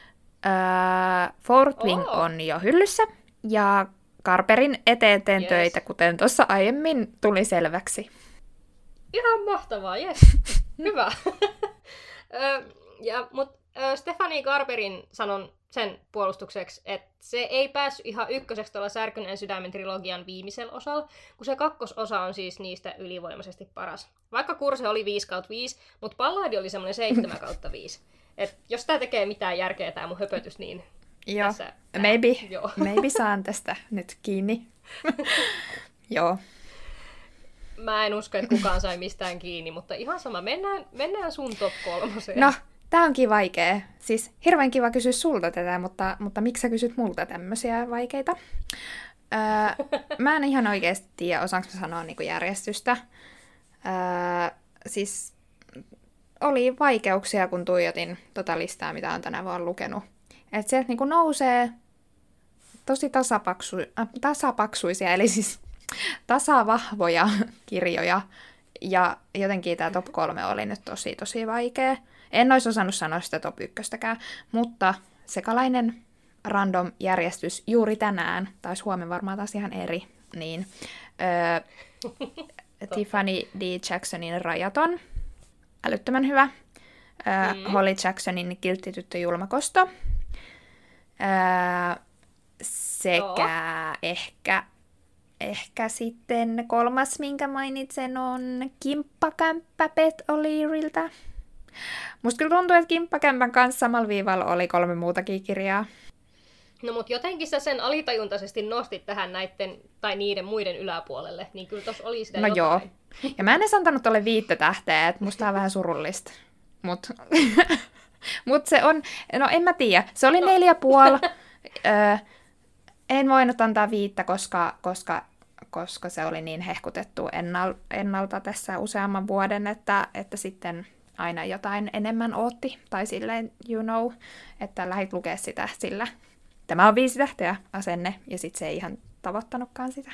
Fourth Wing on jo hyllyssä, ja Garberin eteen teen töitä, kuten tuossa aiemmin tuli selväksi. Ihan mahtavaa, jes. Hyvä. Mutta Stephanie Garberin sanon sen puolustukseksi, että se ei päässyt ihan ykköseksi tuolla Särkyneen sydämen trilogian viimeisellä osalla, kun se kakkososa on siis niistä ylivoimaisesti paras. Vaikka kurse oli 5/5, mutta Palladi oli semmoinen 7/5. Et jos tää tekee mitään järkeä tää mun höpötys, niin joo, tässä... maybe saan tästä nyt kiinni. Joo. Mä en usko, että kukaan sai mistään kiinni, mutta ihan sama, mennään sun top 3. No, tää onkin vaikea. Siis hirveän kiva kysyä sulta tätä, mutta miksi sä kysyt multa tämmöisiä vaikeita? Mä en ihan oikeasti tiedä, osaanko mä sanoa niinku järjestystä. Siis oli vaikeuksia, kun tuijotin tota listaa, mitä on tänä vuonna lukenut. Että sieltä niinku nousee tosi tasapaksuisia, eli siis tasavahvoja kirjoja. Ja jotenkin tämä top 3 oli nyt tosi vaikea. En olisi osannut sanoa sitä top 1:stäkään, mutta sekalainen random järjestys juuri tänään, taisi huomenna varmaan taas ihan eri, niin Tiffany D. Jacksonin Rajaton, älyttömän hyvä. Holly Jacksonin Kiltti tyttö julmakosto. Sekä ehkä sitten kolmas, minkä mainitsen, on Kimppakämppä Beth O'Learyltä. Musta kyllä tuntuu, että Kimppakämpän kanssa samalla viivalla oli 3 muutakin kirjaa. No mut jotenkin sä sen alitajuntaisesti nostit tähän niiden muiden yläpuolelle, niin kyllä tossa oli sitä jotain. Joo. Ja mä en edes antanut tolle 5 tähteä, että musta on vähän surullista. Mut se on, no en mä tiedä, se oli 4,5. En voinut antaa 5, koska koska se oli niin hehkutettu ennalta tässä useamman vuoden, että sitten aina jotain enemmän ootti, tai silleen, että lähdit lukea sitä sillä. Tämä on 5 tähteä asenne, ja sitten se ei ihan tavoittanutkaan sitä.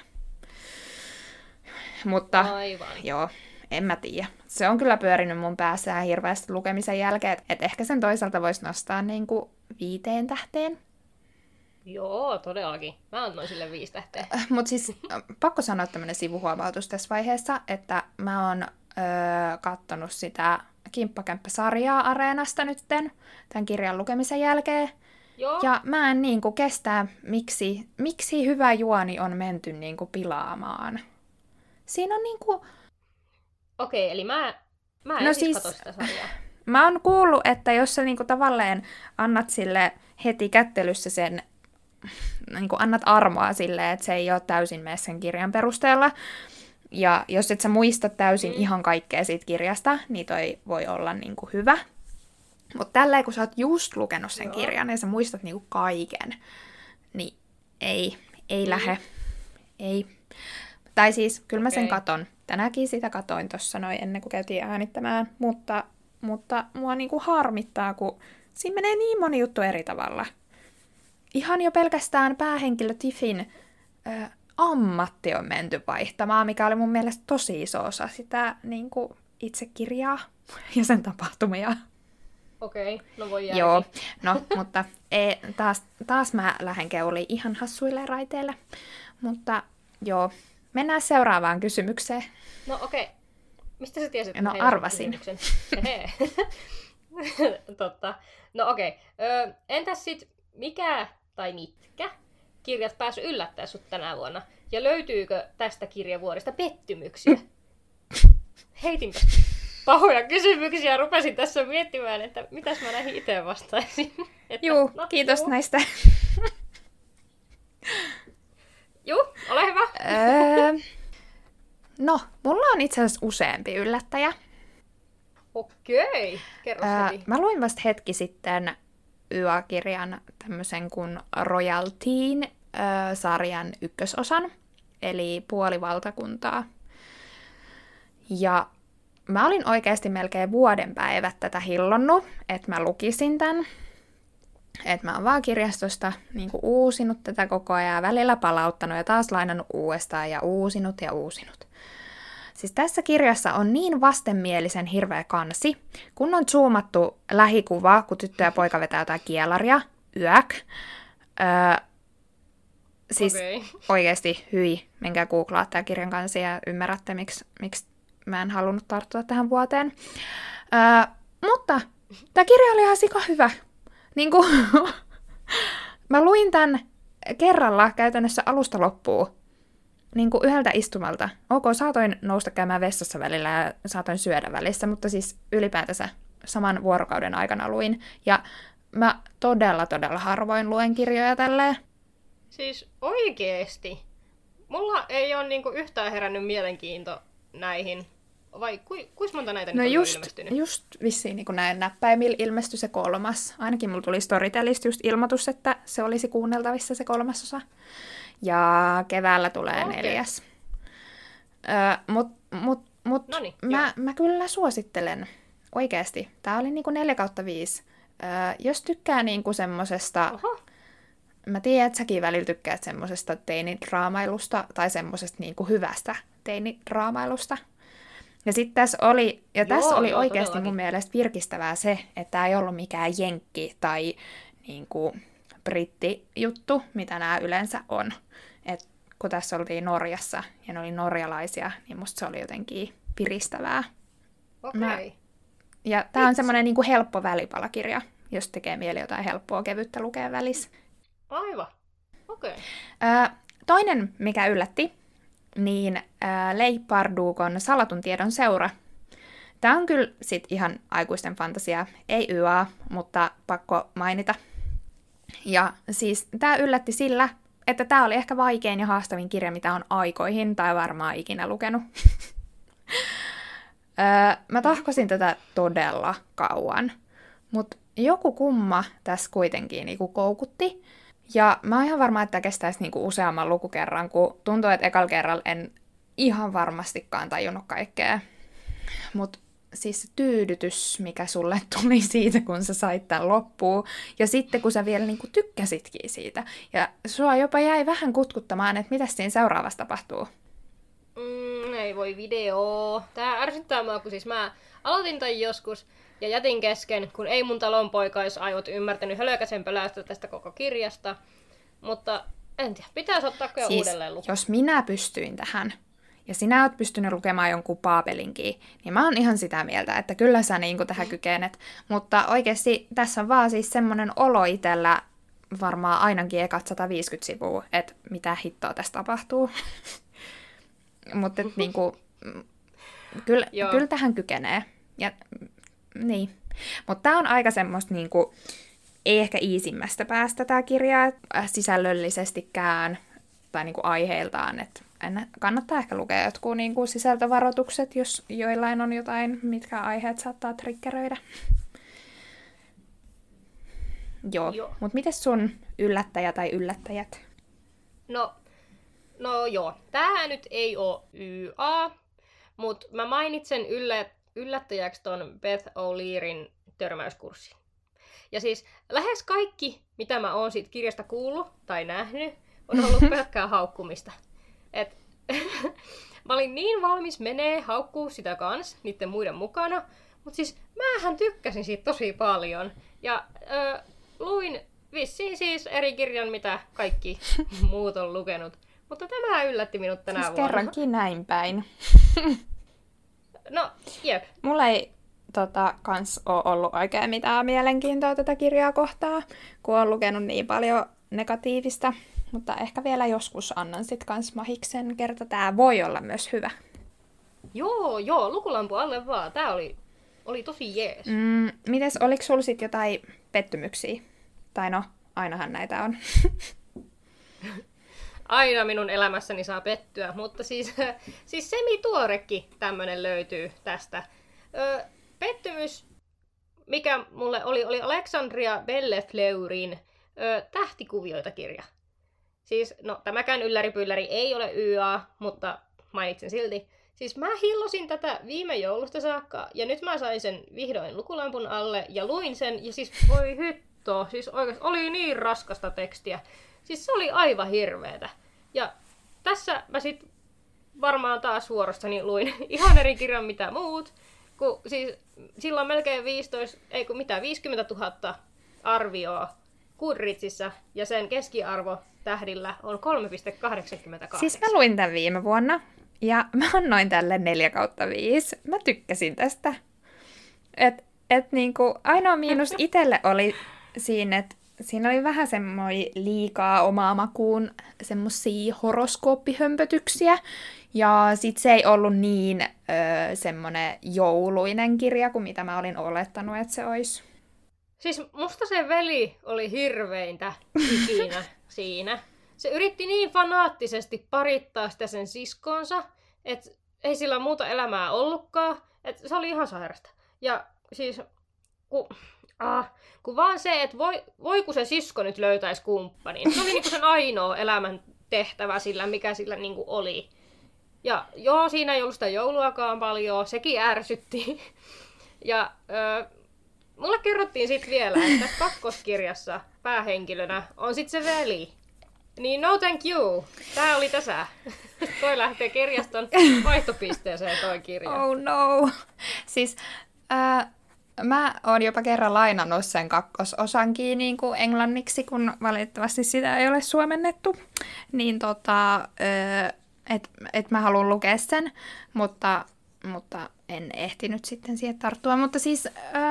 Mutta Aivan. joo, en mä tiedä. Se on kyllä pyörinyt mun päässä hirveästi lukemisen jälkeen, että ehkä sen toisaalta voisi nostaa niinku 5 tähteen. Joo, todellakin. Mä annoin sille 5 tähteä. Mutta siis pakko sanoa tämmöinen sivuhuomautus tässä vaiheessa, että mä oon kattonut sitä Kimppakämppä-sarjaa Areenasta nytten, tämän kirjan lukemisen jälkeen. Joo. Ja mä en niinku kestä, miksi hyvä juoni on menty niinku pilaamaan. Siinä on niinku... Okei, eli mä en katso sitä sarjaa. Mä oon kuullut, että jos sä niinku tavallaan annat sille heti kättelyssä sen, niinku annat armoa silleen, että se ei ole täysin mene sen kirjan perusteella, ja jos et sä muista täysin ihan kaikkea siitä kirjasta, niin toi voi olla niinku hyvä. Mutta tälleen, kun sä oot just lukenut sen kirjan ja sä muistat niinku kaiken, niin ei lähe. Ei. Tai siis, kyllä mä sen katon. Tänäänkin sitä katoin tuossa noin ennen kuin käytiin äänittämään, mutta mua niinku harmittaa, kun siinä menee niin moni juttu eri tavalla. Ihan jo pelkästään päähenkilö Tiffin ammatti on menty vaihtamaan, mikä oli mun mielestä tosi iso osa sitä niinku itse kirjaa ja sen tapahtumia. Okei, no voi jäädä. Joo, no, mutta taas mä lähden keuliin ihan hassuille raiteille. Mutta joo, mennään seuraavaan kysymykseen. No okei. Mistä sä tiesit? No arvasin. Totta. No okei. Entäs sit mikä tai mitkä kirjat pääsy yllättää sut tänä vuonna? Ja löytyykö tästä kirjavuodesta pettymyksiä? Heitinpä pahoja kysymyksiä ja rupesin tässä miettimään, että mitäs mä näihin itse vastaisin. Juu, kiitos näistä. Juu, ole hyvä. No, mulla on itse asiassa useampi yllättäjä. Okei, kerro heti. Mä luin vasta hetki sitten YA-kirjan tämmöisen kuin Royaltyin sarjan ykkösosan, eli Puoli valtakuntaa. Ja mä olin oikeasti melkein vuoden päivät tätä hillonnut, että mä lukisin tän. Että mä oon vaan kirjastosta niinku uusinut tätä koko ajan, välillä palauttanut ja taas lainannut uudestaan ja uusinut. Siis tässä kirjassa on niin vastenmielisen hirveä kansi, kun on zoomattu lähikuva, kun tyttö ja poika vetää jotain kielaria, yök. Siis oikeesti hyi, menkää googlaa tää kirjan kansi ja ymmärrätte, miksi mä en halunnut tarttua tähän vuoteen. Mutta tää kirja oli ihan sika hyvä. Niinku, mä luin tän kerralla käytännössä alusta loppuun. Niinku yhdeltä istumalta. Saatoin nousta käymään vessassa välillä ja saatoin syödä välissä, mutta siis ylipäätänsä saman vuorokauden aikana luin. Ja mä todella harvoin luen kirjoja tälleen. Siis oikeesti? Mulla ei ole niinku yhtään herännyt mielenkiinto näihin. Vai kuinka monta näitä nyt on ilmestynyt? Just vissiin niin näin näppäimillä ilmestyi se 3. Ainakin mulla tuli Storytelista just ilmoitus, että se olisi kuunneltavissa se 3. osa. Ja keväällä tulee 4. Noniin, mä kyllä suosittelen. Oikeesti. Tää oli niinku 4/5. Jos tykkää niinku semmosesta... Oho. Mä tiedän, että säkin välillä tykkäät semmosesta teinidraamailusta tai semmosesta niinku hyvästä teinidraamailusta. Ja sitten tässä oli oikeasti todellakin. mun mielestä virkistävää se, että tämä ei ollut mikään jenkki tai niinku brittijuttu, mitä nämä yleensä on. Et kun tässä oltiin Norjassa ja ne oli norjalaisia, niin musta se oli jotenkin piristävää. Okei. Ja tämä on semmoinen niinku helppo välipalakirja, jos tekee mieli jotain helppoa kevyttä lukea välissä. Aivan. Okei. Toinen, mikä yllätti, niin Leigh Bardugon Salatun tiedon seura. Tämä on kyllä sit ihan aikuisten fantasia, ei YA, mutta pakko mainita. Ja siis tämä yllätti sillä, että tämä oli ehkä vaikein ja haastavin kirja, mitä on aikoihin tai varmaan ikinä lukenut. Mä tahkosin tätä todella kauan, mutta joku kumma tässä kuitenkin niinku koukutti. Ja mä oon ihan varma, että kestäisi niinku useamman lukukerran, kun tuntuu, että ekalla kerralla en ihan varmastikaan tajunnut kaikkea. Mut siis se tyydytys, mikä sulle tuli siitä, kun sä sait tän loppuun, ja sitten kun sä vielä niinku tykkäsitkin siitä, ja sua jopa jäi vähän kutkuttamaan, että mitä siinä seuraavassa tapahtuu. Ei voi video. Tää ärsyttää mua, kun siis mä aloitin tän joskus ja jätin kesken, kun ei mun talonpoikaisaivot ymmärtänyt hölökäsen pöläystä tästä koko kirjasta. Mutta en tiedä, pitäisi ottaa kyllä siis, uudelleen luku. Jos minä pystyin tähän, ja sinä oot pystynyt lukemaan jonkun paapelinkin, niin mä oon ihan sitä mieltä, että kyllä sä niinku tähän kykenet. Mutta oikeasti tässä on vaan siis semmonen olo itsellä, varmaan ainakin ekat 150 sivua, että mitä hittoa tässä tapahtuu. Mutta niinku, kyllä tähän kykenee. Ja, niin. Mutta tää on aika semmoista niinku, ei ehkä iisimmästä päästä tää kirja sisällöllisestikään tai niinku aiheiltaan, että kannattaa ehkä lukea jotkut niinku sisältövaroitukset, jos joillain on jotain, mitkä aiheet saattaa triggeröidä. Joo. Mutta mites sun yllättäjä tai yllättäjät? No joo, tää nyt ei oo YA, mutta mä mainitsen yllättäjäksi ton Beth O'Learyn törmäyskurssin. Ja siis lähes kaikki, mitä mä oon siitä kirjasta kuullut tai nähnyt, on ollut pelkkää haukkumista. Et, mä olin niin valmis menee haukkuu sitä kans, niiden muiden mukana, mutta siis mähän tykkäsin siitä tosi paljon. Ja luin vissiin siis eri kirjan, mitä kaikki muut on lukenut. Mutta tämä yllätti minut tänä vuonna. Kerrankin näin päin. No, jep. Mulla ei kans ole ollut oikein mitään mielenkiintoa tätä kirjaa kohtaa, kun on lukenut niin paljon negatiivista. Mutta ehkä vielä joskus annan sit kans mahiksen, kerta tää voi olla myös hyvä. Joo, lukulampu alle vaan. Tää oli tosi jees. Mites, oliko sulla sit jotain pettymyksiä? Tai no, ainahan näitä on. Aina minun elämässäni saa pettyä, mutta siis semituorekin tämmönen löytyy tästä. Pettymys, mikä mulle oli Alexandria Bellefleurin Tähtikuvioita -kirja. Siis, no tämäkään ylläripylläri ei ole YA, mutta mainitsen silti. Siis mä hillosin tätä viime joulusta saakka, ja nyt mä sain sen vihdoin lukulampun alle, ja luin sen, ja siis voi hitto, siis oikeasti oli niin raskasta tekstiä. Siis se oli aivan hirveetä. Ja tässä mä sit varmaan taas vuorostani luin ihan eri kirjan mitä muut, kun siis sillä on melkein 50 000 arvioa Goodreadsissa, ja sen keskiarvo tähdillä on 3,88. Siis mä luin tämän viime vuonna, ja mä annoin tälle 4/5. Mä tykkäsin tästä. Et niinku, ainoa miinus itselle oli siinä, että siinä oli vähän semmoinen liikaa omaa makuun semmosia horoskooppihömpötyksiä. Ja sit se ei ollut niin semmoinen jouluinen kirja kuin mitä mä olin olettanut, että se olisi. Siis musta se veli oli hirveintä ikinä siinä. Se yritti niin fanaattisesti parittaa sitä sen siskonsa, että ei sillä muuta elämää ollutkaan. Että se oli ihan sairasta. Ja siis, kun vaan se, että voiko se sisko nyt löytäisi kumppanin. Se oli niinku sen ainoa elämän tehtävä sillä, mikä sillä niinku oli. Ja joo, siinä ei ollut sitä jouluakaan paljon, sekin ärsytti. Ja mulle kerrottiin sitten vielä, että tässä kakkoskirjassa päähenkilönä on sitten se veli. Niin no thank you. Tää oli tässä. Toi lähtee kirjaston vaihtopisteeseen toi kirja. Oh no. Siis mä oon jopa kerran lainannut sen kakkososankin niin kuin englanniksi, kun valitettavasti sitä ei ole suomennettu. Niin et mä haluan lukea sen, mutta en ehtinyt sitten siihen tarttua. Mutta siis,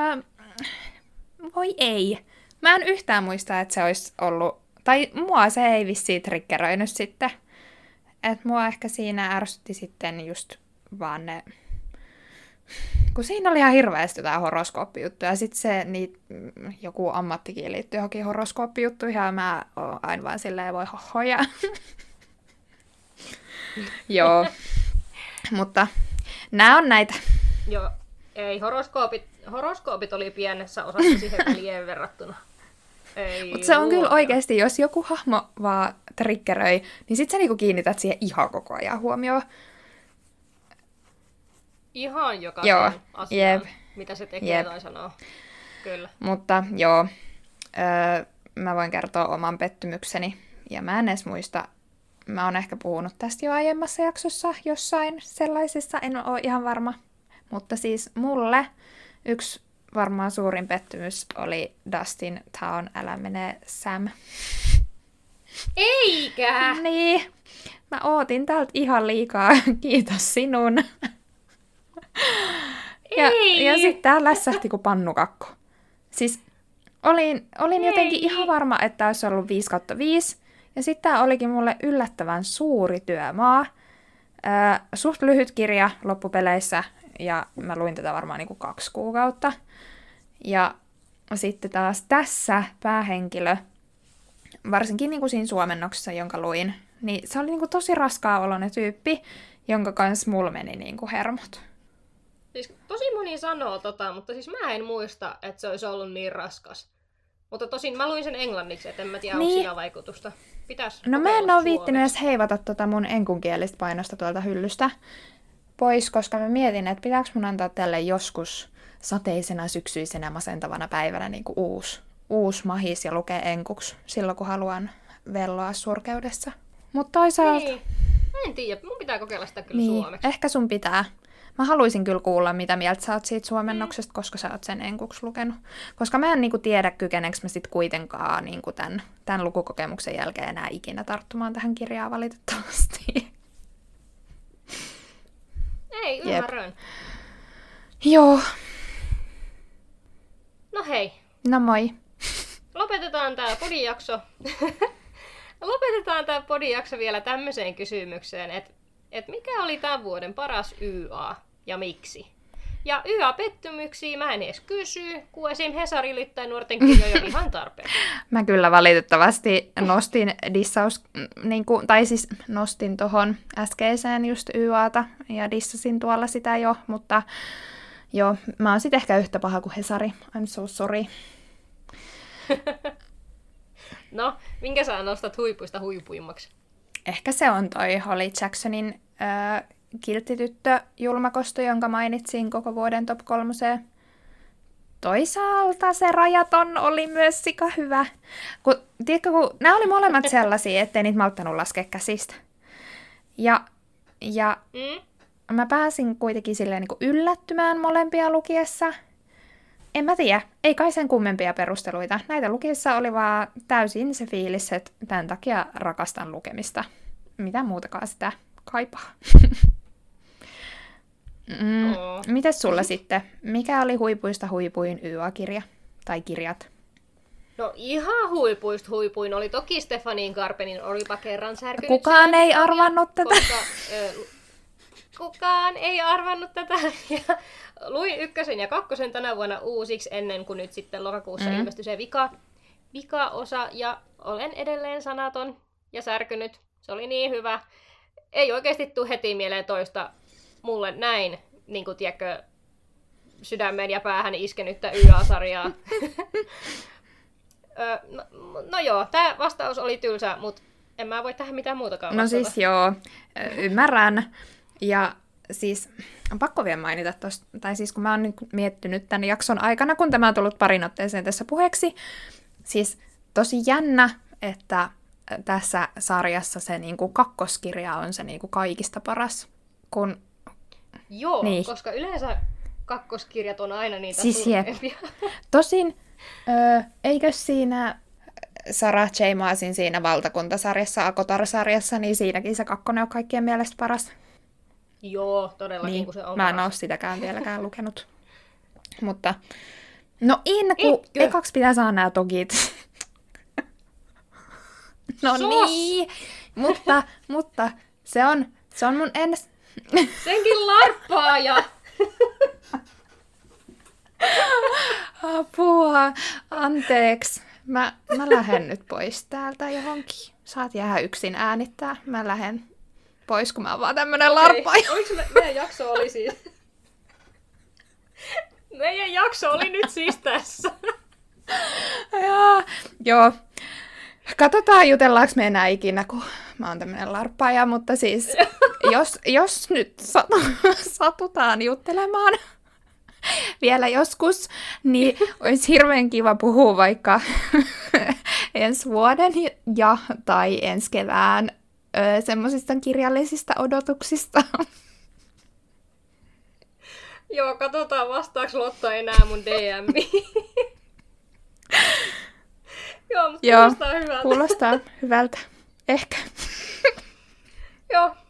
voi ei. Mä en yhtään muista, että se olisi ollut, tai mua se ei vissiin triggeröinyt sitten. Että mua ehkä siinä ärsytti sitten just vaan ne, kun siinä oli ihan hirveästi jotain horoskooppijuttuja, ja sitten se joku ammattikin liittyy johonkin horoskooppijuttuihin, ja mä oon aina vaan silleen voi hohoja. Joo, mutta nämä on näitä. Joo, ei horoskoopit oli pienessä osassa siihen veljeen verrattuna. Mutta se on kyllä oikeasti, jos joku hahmo vaan triggeröi, niin sit sä niinku kiinnität siihen ihan koko ajan huomioon. Ihan jokaisen asian, mitä se tekee tai sanoo. Kyllä. Mutta mä voin kertoa oman pettymykseni. Ja mä en edes muista, mä oon ehkä puhunut tästä jo aiemmassa jaksossa jossain sellaisessa, en ole ihan varma. Mutta siis mulle yksi varmaan suurin pettymys oli Dustin Town, älä mene Sam. Eikä! Niin, mä ootin täältä ihan liikaa, kiitos sinun. Ja sitten tää lässähti kuin pannukakku. Siis olin jotenkin ihan varma, että olisi ollut 5/5. Ja sitten tää olikin mulle yllättävän suuri työmaa. Suht lyhyt kirja loppupeleissä. Ja mä luin tätä varmaan niinku 2 kuukautta. Ja sitten taas tässä päähenkilö, varsinkin niinku siinä suomennoksessa, jonka luin, niin se oli niinku tosi raskaa oloinen tyyppi, jonka kanssa mulla meni niinku hermot. Siis tosi moni sanoo mutta siis mä en muista, että se olisi ollut niin raskas. Mutta tosin mä luin sen englanniksi, et en mä tiedä, onko sillä vaikutusta. No mä en oo viittinyt edes heivata mun enkunkielistä painosta tuolta hyllystä pois, koska mä mietin, että pitääkö mun antaa tälle joskus sateisena, syksyisenä, masentavana päivänä niin kuin uusi mahis ja lukea enkuksi silloin, kun haluan velloa surkeudessa. Mutta toisaalta... Niin. En tiedä, mun pitää kokeilla sitä kyllä suomeksi. Ehkä sun pitää. Mä haluaisin kyllä kuulla, mitä mieltä sä oot siitä suomennoksesta, koska sä oot sen enkuksi lukenut. Koska mä en niinku tiedä, kykeneekö mä sit kuitenkaan niinku tämän lukukokemuksen jälkeen enää ikinä tarttumaan tähän kirjaan valitettavasti. Ei, ymmärrän. Joo. No hei. No moi. Lopetetaan tää podijakso vielä tämmöiseen kysymykseen, että mikä oli tämän vuoden paras YA ja miksi? Ja YA-pettymyksiä mä en edes kysy, kun esim. Hesari lyttää nuorten kirjoja ihan tarpeen. Mä kyllä valitettavasti nostin nostin tohon äskeiseen just YAta ja dissasin tuolla sitä jo, mutta joo, mä oon sit ehkä yhtä paha kuin Hesari. I'm so sorry. No, minkä sä nostat huipuista huipuimmaksi? Ehkä se on toi Holly Jacksonin kilttityttö julmakosto, jonka mainitsin koko vuoden top 3. Toisaalta se rajaton oli myös sika hyvä. Tiedätkö, kun nämä oli molemmat sellaisia, ettei niitä malttanut laskea käsistä. Ja mä pääsin kuitenkin silleen niin kuin yllättymään molempia lukiessa. En mä tiedä, ei kai sen kummempia perusteluita. Näitä lukiessa oli vaan täysin se fiilis, että tämän takia rakastan lukemista. Mitä muutakaan sitä kaipaa. Mites sulla sitten? Mikä oli huipuista huipuin YA-kirja? Tai kirjat? No ihan huipuista huipuin oli toki Stefanin Karpenin Olipa kerran särkynyt. Kukaan ei arvannut tätä. Kukaan ei arvannut tätä. Ja luin 1. ja 2. tänä vuonna uusiksi ennen kuin nyt sitten lokakuussa ilmestyi se vika-osa. Ja olen edelleen sanaton ja särkynyt. Se oli niin hyvä. Ei oikeasti tule heti mieleen toista mulle näin, niin kuin tiedätkö, sydämen ja päähän iskenyttä YA-sarjaa. No joo, tämä vastaus oli tylsä, mutta en mä voi tehdä mitään muutakaan vastata. No siis joo, ymmärrän. Ja siis on pakko vielä mainita tosta, tai siis kun mä oon nyt miettinyt tämän jakson aikana, kun tämä on tullut parin otteeseen tässä puheeksi, siis tosi jännä, että tässä sarjassa se niinku kakkoskirja on se niinku kaikista paras. Joo, niin. Koska yleensä kakkoskirjat on aina niitä siis surkeampia. Tosin, eikö siinä Sarah J. Maasin siinä valtakuntasarjassa, Akotar-sarjassa, niin siinäkin se 2 on kaikkien mielestä paras. Joo, todellakin, niin, kun se on mä en ole sitäkään vieläkään lukenut. Mutta, no kun ekaksi pitää saada nämä togit. No niin, mutta se on mun Senkin larppaaja! Apua, anteeksi. Mä lähden nyt pois täältä johonkin. Saat jäädä yksin äänittää. Mä lähden pois, kun mä oon vaan tämmönen larppaaja. Oliko meidän jakso oli siis... Meidän jakso oli nyt siis tässä. Joo. Katsotaan, jutellaanko me enää ikinä, kun mä oon tämmönen larppaaja, mutta siis jos nyt satutaan juttelemaan vielä joskus, niin olisi hirveän kiva puhua vaikka ensi vuoden tai ensi kevään semmoisista kirjallisista odotuksista. Joo, katsotaan vastaako Lotta enää mun DM:iin. Joo, mutta kuulostaa hyvältä. Kuulostaa hyvältä. Ehkä. Joo,